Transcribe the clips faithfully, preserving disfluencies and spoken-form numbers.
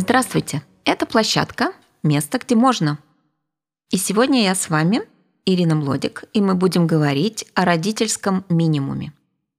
Здравствуйте! Это площадка «Место, где можно». И сегодня я с вами, Ирина Млодик, и мы будем говорить о родительском минимуме.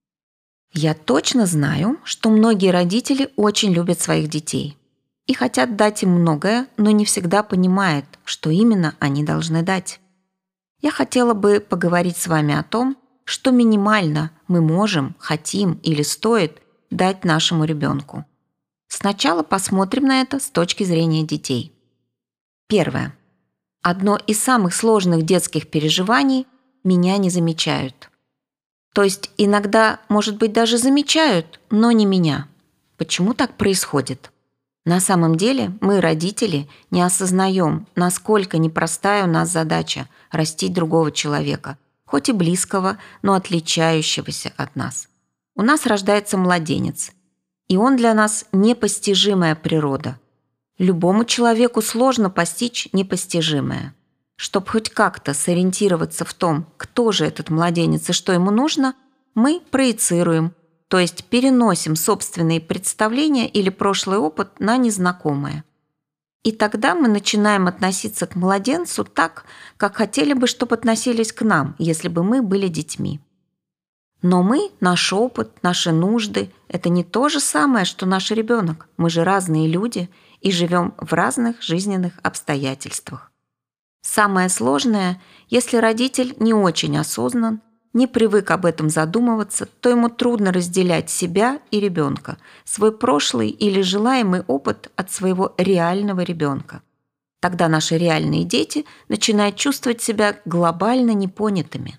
Я точно знаю, что многие родители очень любят своих детей и хотят дать им многое, но не всегда понимают, что именно они должны дать. Я хотела бы поговорить с вами о том, что минимально мы можем, хотим или стоит дать нашему ребенку. Сначала посмотрим на это с точки зрения детей. Первое. Одно из самых сложных детских переживаний – меня не замечают. То есть иногда, может быть, даже замечают, но не меня. Почему так происходит? На самом деле мы, родители, не осознаем, насколько непростая у нас задача – растить другого человека, хоть и близкого, но отличающегося от нас. У нас рождается младенец, и он для нас непостижимая природа. Любому человеку сложно постичь непостижимое. Чтобы хоть как-то сориентироваться в том, кто же этот младенец и что ему нужно, мы проецируем, то есть переносим собственные представления или прошлый опыт на незнакомое. И тогда мы начинаем относиться к младенцу так, как хотели бы, чтобы относились к нам, если бы мы были детьми. Но мы, наш опыт, наши нужды – это не то же самое, что наш ребенок. Мы же разные люди и живем в разных жизненных обстоятельствах. Самое сложное, если родитель не очень осознан, не привык об этом задумываться, то ему трудно разделять себя и ребенка, свой прошлый или желаемый опыт от своего реального ребенка. Тогда наши реальные дети начинают чувствовать себя глобально непонятыми.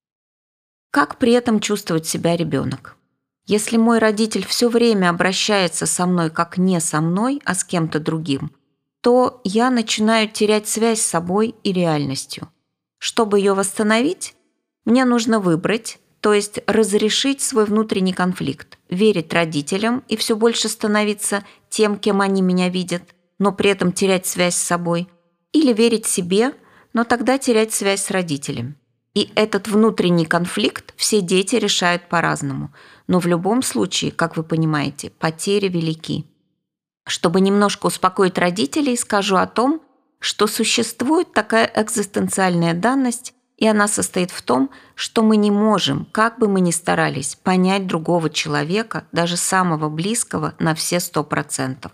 Как при этом чувствует себя ребенок? Если мой родитель все время обращается со мной как не со мной, а с кем-то другим, то я начинаю терять связь с собой и реальностью. Чтобы ее восстановить, мне нужно выбрать, то есть разрешить свой внутренний конфликт, верить родителям и все больше становиться тем, кем они меня видят, но при этом терять связь с собой, или верить себе, но тогда терять связь с родителем. И этот внутренний конфликт все дети решают по-разному. Но в любом случае, как вы понимаете, потери велики. Чтобы немножко успокоить родителей, скажу о том, что существует такая экзистенциальная данность, и она состоит в том, что мы не можем, как бы мы ни старались, понять другого человека, даже самого близкого, на все сто процентов.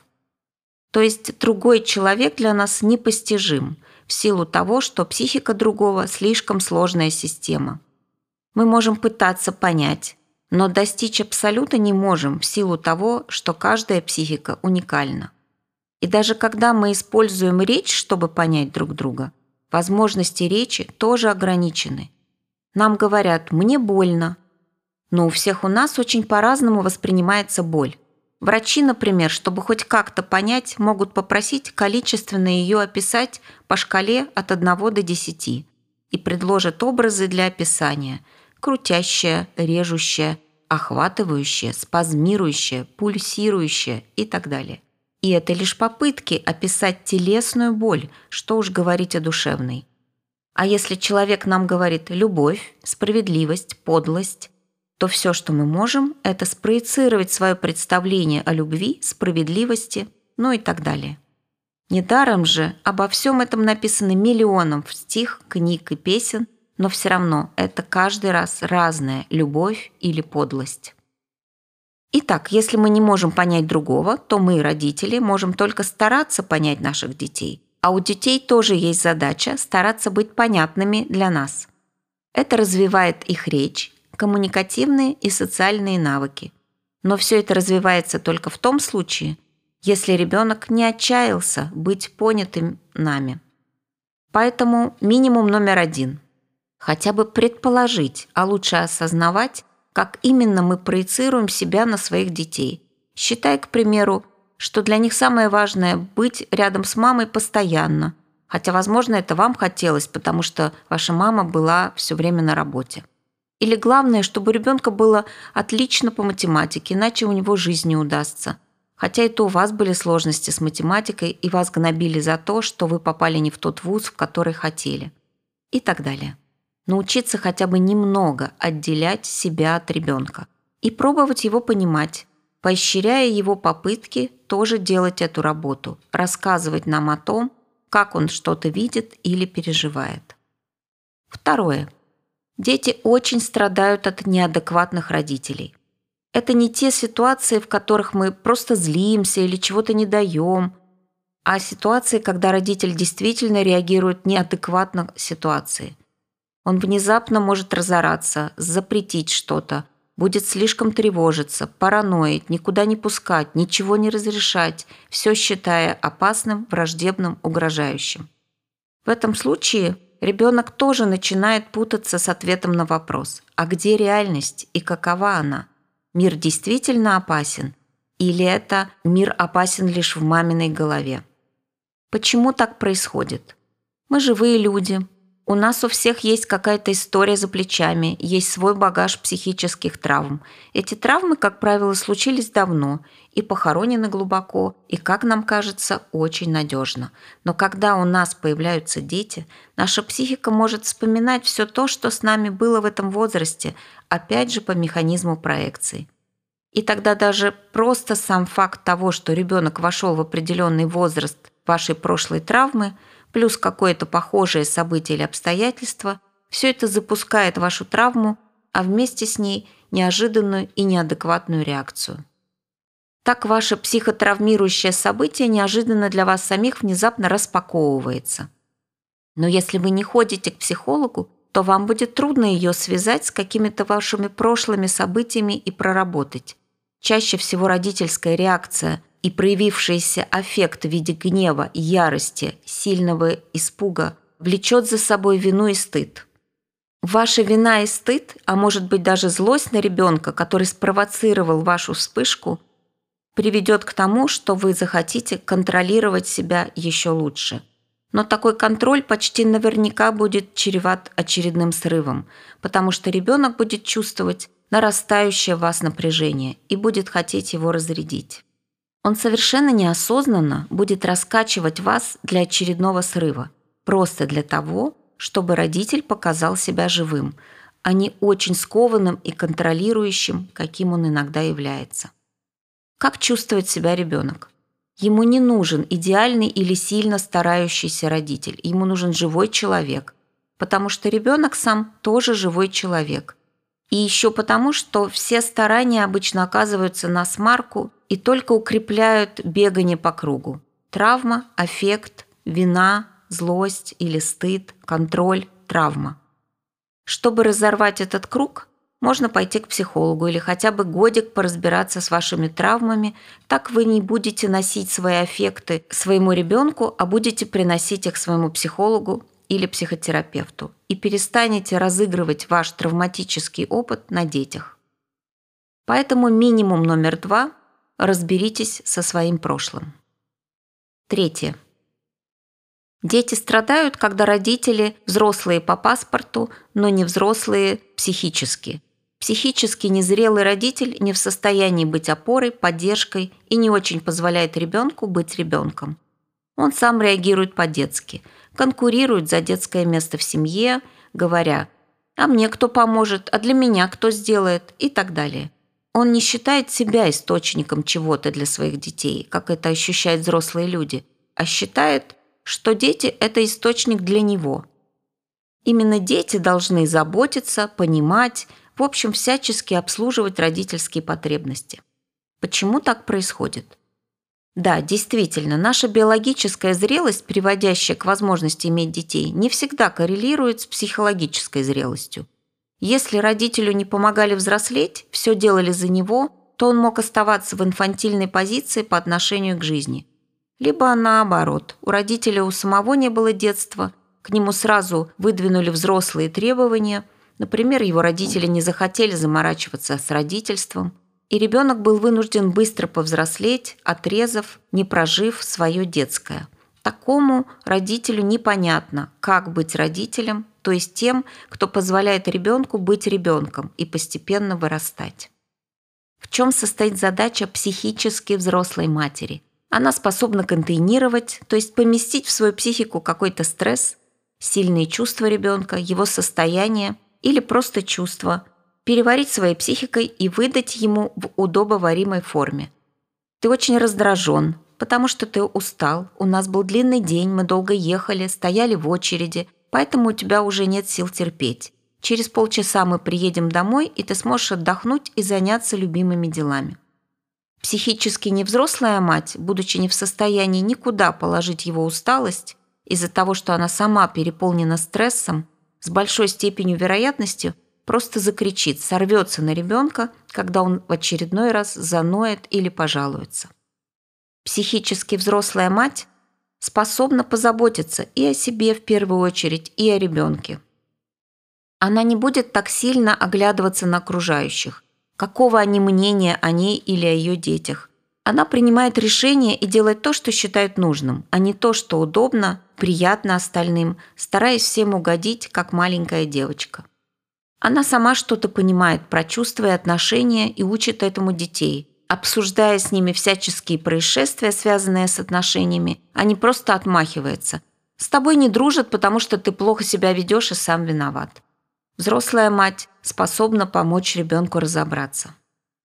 То есть другой человек для нас непостижим, в силу того, что психика другого слишком сложная система. Мы можем пытаться понять, но достичь абсолюта не можем в силу того, что каждая психика уникальна. И даже когда мы используем речь, чтобы понять друг друга, возможности речи тоже ограничены. Нам говорят «мне больно», но у всех у нас очень по-разному воспринимается боль. Врачи, например, чтобы хоть как-то понять, могут попросить количественно ее описать по шкале от одного до десяти и предложат образы для описания – крутящее, режущее, охватывающее, спазмирующее, пульсирующее и так далее. И это лишь попытки описать телесную боль, что уж говорить о душевной. А если человек нам говорит «любовь», «справедливость», «подлость», то все, что мы можем, это спроецировать свое представление о любви, справедливости, ну и так далее. Недаром же обо всем этом написано миллионом стих, книг и песен, но все равно это каждый раз разная любовь или подлость. Итак, если мы не можем понять другого, то мы, родители, можем только стараться понять наших детей. А у детей тоже есть задача стараться быть понятными для нас. Это развивает их речь, коммуникативные и социальные навыки. Но все это развивается только в том случае, если ребенок не отчаялся быть понятым нами. Поэтому минимум номер один – хотя бы предположить, а лучше осознавать, как именно мы проецируем себя на своих детей, считая, к примеру, что для них самое важное – быть рядом с мамой постоянно, хотя, возможно, это вам хотелось, потому что ваша мама была все время на работе. Или главное, чтобы у ребенка было отлично по математике, иначе у него жизнь не удастся. Хотя это у вас были сложности с математикой, и вас гнобили за то, что вы попали не в тот вуз, в который хотели. И так далее. Научиться хотя бы немного отделять себя от ребенка и пробовать его понимать, поощряя его попытки тоже делать эту работу, рассказывать нам о том, как он что-то видит или переживает. Второе. Дети очень страдают от неадекватных родителей. Это не те ситуации, в которых мы просто злимся или чего-то не даем, а ситуации, когда родитель действительно реагирует неадекватно к ситуации. Он внезапно может разораться, запретить что-то, будет слишком тревожиться, параноить, никуда не пускать, ничего не разрешать, все считая опасным, враждебным, угрожающим. В этом случае ребенок тоже начинает путаться с ответом на вопрос: а где реальность и какова она? Мир действительно опасен? Или это мир опасен лишь в маминой голове? Почему так происходит? Мы живые люди. У нас у всех есть какая-то история за плечами, есть свой багаж психических травм. Эти травмы, как правило, случились давно и похоронены глубоко, и, как нам кажется, очень надежно. Но когда у нас появляются дети, наша психика может вспоминать все то, что с нами было в этом возрасте, опять же по механизму проекции. И тогда даже просто сам факт того, что ребенок вошел в определенный возраст вашей прошлой травмы, плюс какое-то похожее событие или обстоятельство, все это запускает вашу травму, а вместе с ней неожиданную и неадекватную реакцию. Так ваше психотравмирующее событие неожиданно для вас самих внезапно распаковывается. Но если вы не ходите к психологу, то вам будет трудно ее связать с какими-то вашими прошлыми событиями и проработать. Чаще всего родительская реакция и проявившийся аффект в виде гнева, ярости, сильного испуга влечет за собой вину и стыд. Ваша вина и стыд, а может быть даже злость на ребенка, который спровоцировал вашу вспышку, приведет к тому, что вы захотите контролировать себя еще лучше. Но такой контроль почти наверняка будет чреват очередным срывом, потому что ребенок будет чувствовать нарастающее в вас напряжение и будет хотеть его разрядить. Он совершенно неосознанно будет раскачивать вас для очередного срыва, просто для того, чтобы родитель показал себя живым, а не очень скованным и контролирующим, каким он иногда является. Как чувствует себя ребенок? Ему не нужен идеальный или сильно старающийся родитель, ему нужен живой человек, потому что ребенок сам тоже живой человек. И еще потому, что все старания обычно оказываются на смарку и только укрепляют бегание по кругу. Травма, аффект, вина, злость или стыд, контроль, травма. Чтобы разорвать этот круг, можно пойти к психологу или хотя бы годик поразбираться с вашими травмами, так вы не будете носить свои аффекты своему ребенку, а будете приносить их своему психологу или психотерапевту и перестанете разыгрывать ваш травматический опыт на детях. Поэтому минимум номер два – разберитесь со своим прошлым. Третье. Дети страдают, когда родители взрослые по паспорту, но не взрослые психически. Психически незрелый родитель не в состоянии быть опорой, поддержкой и не очень позволяет ребенку быть ребенком. Он сам реагирует по-детски, конкурирует за детское место в семье, говоря: «А мне кто поможет? А для меня кто сделает?» и так далее. Он не считает себя источником чего-то для своих детей, как это ощущают взрослые люди, а считает, что дети – это источник для него. Именно дети должны заботиться, понимать, в общем, всячески обслуживать родительские потребности. Почему так происходит? Да, действительно, наша биологическая зрелость, приводящая к возможности иметь детей, не всегда коррелирует с психологической зрелостью. Если родителю не помогали взрослеть, все делали за него, то он мог оставаться в инфантильной позиции по отношению к жизни. Либо наоборот, у родителя у самого не было детства, к нему сразу выдвинули взрослые требования, например, его родители не захотели заморачиваться с родительством, и ребенок был вынужден быстро повзрослеть, отрезав, не прожив свое детское. Такому родителю непонятно, как быть родителем, то есть тем, кто позволяет ребенку быть ребенком и постепенно вырастать. В чем состоит задача психически взрослой матери? Она способна контейнировать, то есть поместить в свою психику какой-то стресс, сильные чувства ребенка, его состояние или просто чувства, переварить своей психикой и выдать ему в удобоваримой форме. Ты очень раздражен, потому что ты устал. У нас был длинный день, мы долго ехали, стояли в очереди, поэтому у тебя уже нет сил терпеть. Через полчаса мы приедем домой, и ты сможешь отдохнуть и заняться любимыми делами. Психически невзрослая мать, будучи не в состоянии никуда положить его усталость, из-за того, что она сама переполнена стрессом, с большой степенью вероятности просто закричит, сорвется на ребенка, когда он в очередной раз заноет или пожалуется. Психически взрослая мать способна позаботиться и о себе в первую очередь, и о ребенке. Она не будет так сильно оглядываться на окружающих, какого они мнения о ней или о ее детях. Она принимает решение и делает то, что считает нужным, а не то, что удобно, приятно остальным, стараясь всем угодить, как маленькая девочка. Она сама что-то понимает про чувства и отношения и учит этому детей, обсуждая с ними всяческие происшествия, связанные с отношениями, а не просто отмахивается. С тобой не дружат, потому что ты плохо себя ведешь и сам виноват. Взрослая мать способна помочь ребенку разобраться.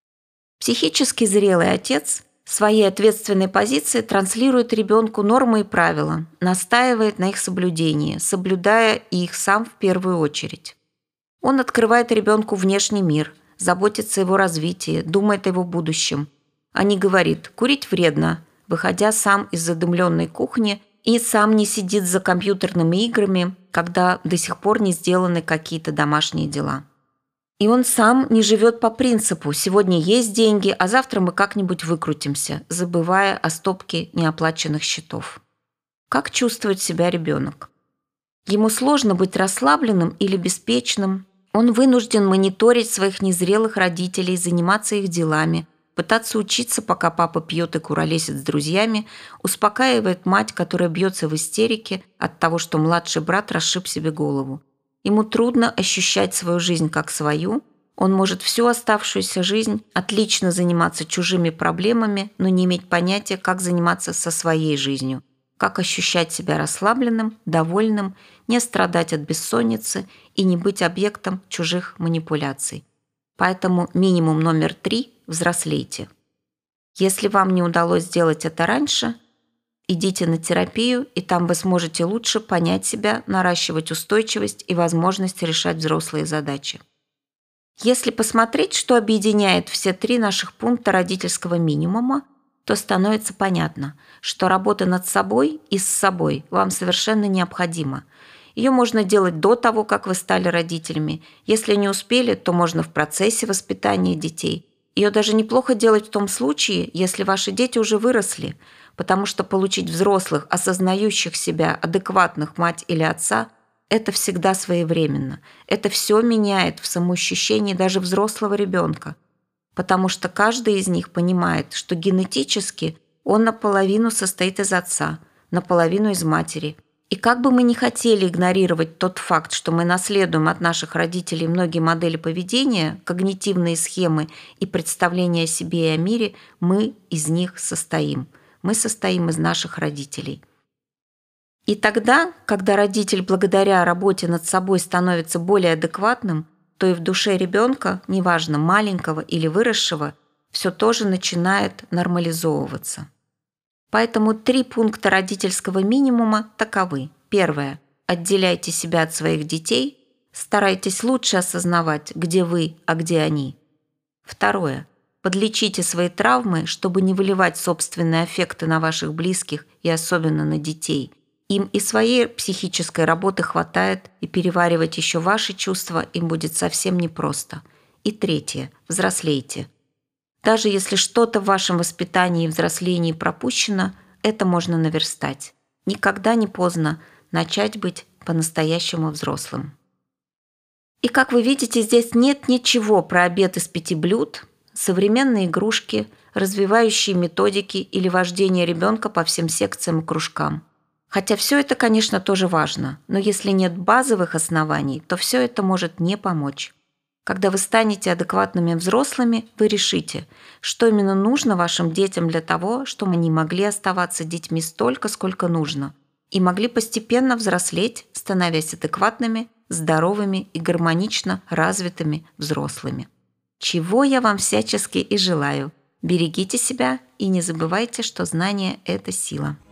Психически зрелый отец в своей ответственной позиции транслирует ребенку нормы и правила, настаивает на их соблюдении, соблюдая их сам в первую очередь. Он открывает ребенку внешний мир, заботится о его развитии, думает о его будущем, а не говорит «курить вредно», выходя сам из задымленной кухни и сам не сидит за компьютерными играми, когда до сих пор не сделаны какие-то домашние дела. И он сам не живет по принципу «сегодня есть деньги, а завтра мы как-нибудь выкрутимся», забывая о стопке неоплаченных счетов. Как чувствует себя ребенок? Ему сложно быть расслабленным или беспечным. Он вынужден мониторить своих незрелых родителей, заниматься их делами, пытаться учиться, пока папа пьет и куролесит с друзьями, успокаивает мать, которая бьется в истерике от того, что младший брат расшиб себе голову. Ему трудно ощущать свою жизнь как свою, он может всю оставшуюся жизнь отлично заниматься чужими проблемами, но не иметь понятия, как заниматься со своей жизнью, как ощущать себя расслабленным, довольным, не страдать от бессонницы и не быть объектом чужих манипуляций. Поэтому минимум номер три – взрослейте. Если вам не удалось сделать это раньше – идите на терапию, и там вы сможете лучше понять себя, наращивать устойчивость и возможность решать взрослые задачи. Если посмотреть, что объединяет все три наших пункта родительского минимума, то становится понятно, что работа над собой и с собой вам совершенно необходима. Ее можно делать до того, как вы стали родителями. Если не успели, то можно в процессе воспитания детей. Ее даже неплохо делать в том случае, если ваши дети уже выросли, потому что получить взрослых, осознающих себя, адекватных мать или отца – это всегда своевременно. Это все меняет в самоощущении даже взрослого ребенка, потому что каждый из них понимает, что генетически он наполовину состоит из отца, наполовину из матери. И как бы мы ни хотели игнорировать тот факт, что мы наследуем от наших родителей многие модели поведения, когнитивные схемы и представления о себе и о мире, мы из них состоим. Мы состоим из наших родителей. И тогда, когда родитель благодаря работе над собой становится более адекватным, то и в душе ребенка, неважно, маленького или выросшего, все тоже начинает нормализовываться. Поэтому три пункта родительского минимума таковы. Первое. Отделяйте себя от своих детей, старайтесь лучше осознавать, где вы, а где они. Второе. Подлечите свои травмы, чтобы не выливать собственные аффекты на ваших близких и особенно на детей. Им и своей психической работы хватает, и переваривать еще ваши чувства им будет совсем непросто. И третье. Взрослейте. Даже если что-то в вашем воспитании и взрослении пропущено, это можно наверстать. Никогда не поздно начать быть по-настоящему взрослым. И как вы видите, здесь нет ничего про обед из пяти блюд, современные игрушки, развивающие методики или вождение ребенка по всем секциям и кружкам. Хотя все это, конечно, тоже важно, но если нет базовых оснований, то все это может не помочь. Когда вы станете адекватными взрослыми, вы решите, что именно нужно вашим детям для того, чтобы они могли оставаться детьми столько, сколько нужно, и могли постепенно взрослеть, становясь адекватными, здоровыми и гармонично развитыми взрослыми. Чего я вам всячески и желаю. Берегите себя и не забывайте, что знание – это сила.